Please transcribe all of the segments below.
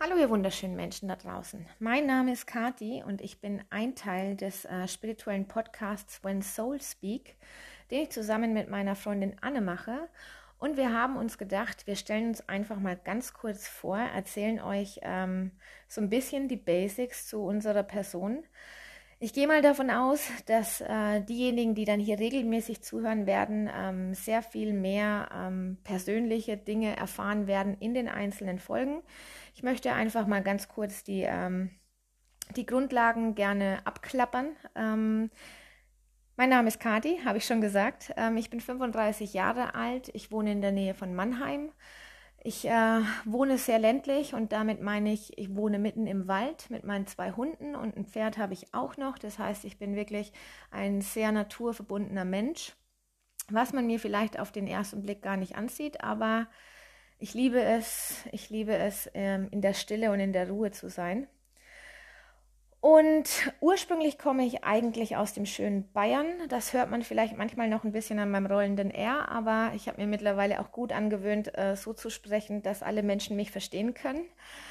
Hallo ihr wunderschönen Menschen da draußen. Mein Name ist Kati und ich bin ein Teil des spirituellen Podcasts When Souls Speak, den ich zusammen mit meiner Freundin Anne mache. Und wir haben uns gedacht, wir stellen uns einfach mal ganz kurz vor, erzählen euch so ein bisschen die Basics zu unserer Person. Ich gehe mal davon aus, dass diejenigen, die dann hier regelmäßig zuhören werden, sehr viel mehr persönliche Dinge erfahren werden in den einzelnen Folgen. Ich möchte einfach mal ganz kurz die Grundlagen gerne abklappern. Mein Name ist Kati, habe ich schon gesagt. Ich bin 35 Jahre alt. Ich wohne in der Nähe von Mannheim. Ich wohne sehr ländlich und damit meine ich wohne mitten im Wald mit meinen 2 Hunden und ein Pferd habe ich auch noch. Das heißt, ich bin wirklich ein sehr naturverbundener Mensch, was man mir vielleicht auf den ersten Blick gar nicht ansieht, aber ich liebe es, in der Stille und in der Ruhe zu sein. Und ursprünglich komme ich eigentlich aus dem schönen Bayern. Das hört man vielleicht manchmal noch ein bisschen an meinem rollenden R, aber ich habe mir mittlerweile auch gut angewöhnt, so zu sprechen, dass alle Menschen mich verstehen können.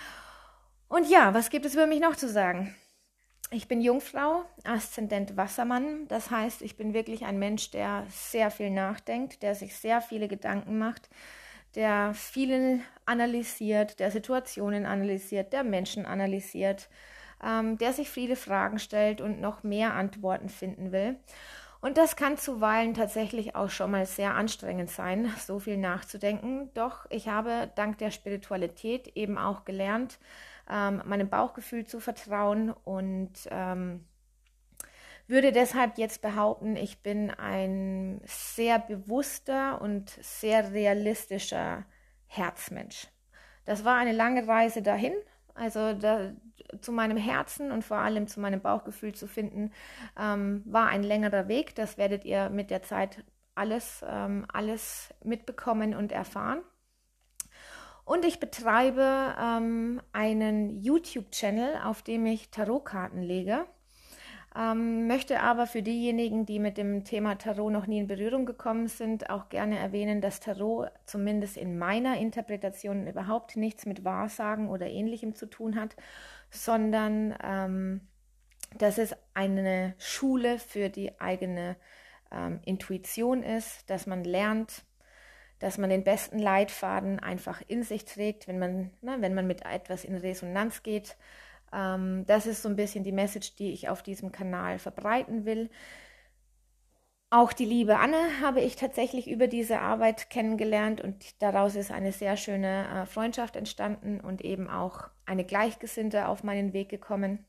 Und ja, was gibt es über mich noch zu sagen? Ich bin Jungfrau, Aszendent Wassermann. Das heißt, ich bin wirklich ein Mensch, der sehr viel nachdenkt, der sich sehr viele Gedanken macht, der viel analysiert, der Situationen analysiert, der Menschen analysiert, der sich viele Fragen stellt und noch mehr Antworten finden will. Und das kann zuweilen tatsächlich auch schon mal sehr anstrengend sein, so viel nachzudenken. Doch ich habe dank der Spiritualität eben auch gelernt, meinem Bauchgefühl zu vertrauen und würde deshalb jetzt behaupten, ich bin ein sehr bewusster und sehr realistischer Herzmensch. Das war eine lange Reise dahin, also zu meinem Herzen und vor allem zu meinem Bauchgefühl zu finden, war ein längerer Weg. Das werdet ihr mit der Zeit alles mitbekommen und erfahren. Und ich betreibe einen YouTube-Channel, auf dem ich Tarotkarten lege. Möchte aber für diejenigen, die mit dem Thema Tarot noch nie in Berührung gekommen sind, auch gerne erwähnen, dass Tarot zumindest in meiner Interpretation überhaupt nichts mit Wahrsagen oder Ähnlichem zu tun hat, sondern dass es eine Schule für die eigene Intuition ist, dass man lernt, dass man den besten Leitfaden einfach in sich trägt, wenn man mit etwas in Resonanz geht. Das ist so ein bisschen die Message, die ich auf diesem Kanal verbreiten will. Auch die liebe Anne habe ich tatsächlich über diese Arbeit kennengelernt und daraus ist eine sehr schöne Freundschaft entstanden und eben auch eine Gleichgesinnte auf meinen Weg gekommen.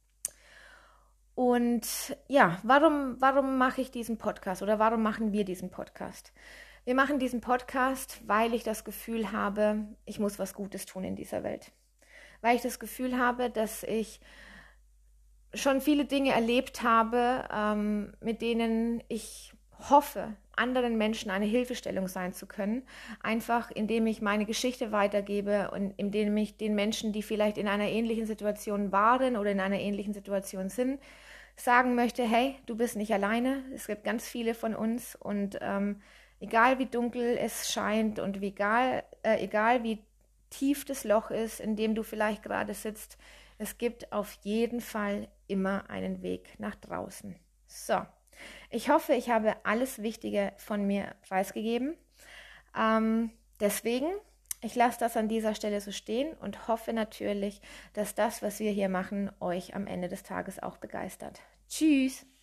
Und ja, warum mache ich diesen Podcast oder warum machen wir diesen Podcast? Wir machen diesen Podcast, weil ich das Gefühl habe, ich muss was Gutes tun in dieser Welt. Weil ich das Gefühl habe, dass ich schon viele Dinge erlebt habe, mit denen ich hoffe, anderen Menschen eine Hilfestellung sein zu können. Einfach indem ich meine Geschichte weitergebe und indem ich den Menschen, die vielleicht in einer ähnlichen Situation waren oder in einer ähnlichen Situation sind, sagen möchte, hey, du bist nicht alleine, es gibt ganz viele von uns und egal wie dunkel es scheint und egal wie tief das Loch ist, in dem du vielleicht gerade sitzt, es gibt auf jeden Fall immer einen Weg nach draußen. So, ich hoffe, ich habe alles Wichtige von mir preisgegeben. Deswegen, ich lasse das an dieser Stelle so stehen und hoffe natürlich, dass das, was wir hier machen, euch am Ende des Tages auch begeistert. Tschüss!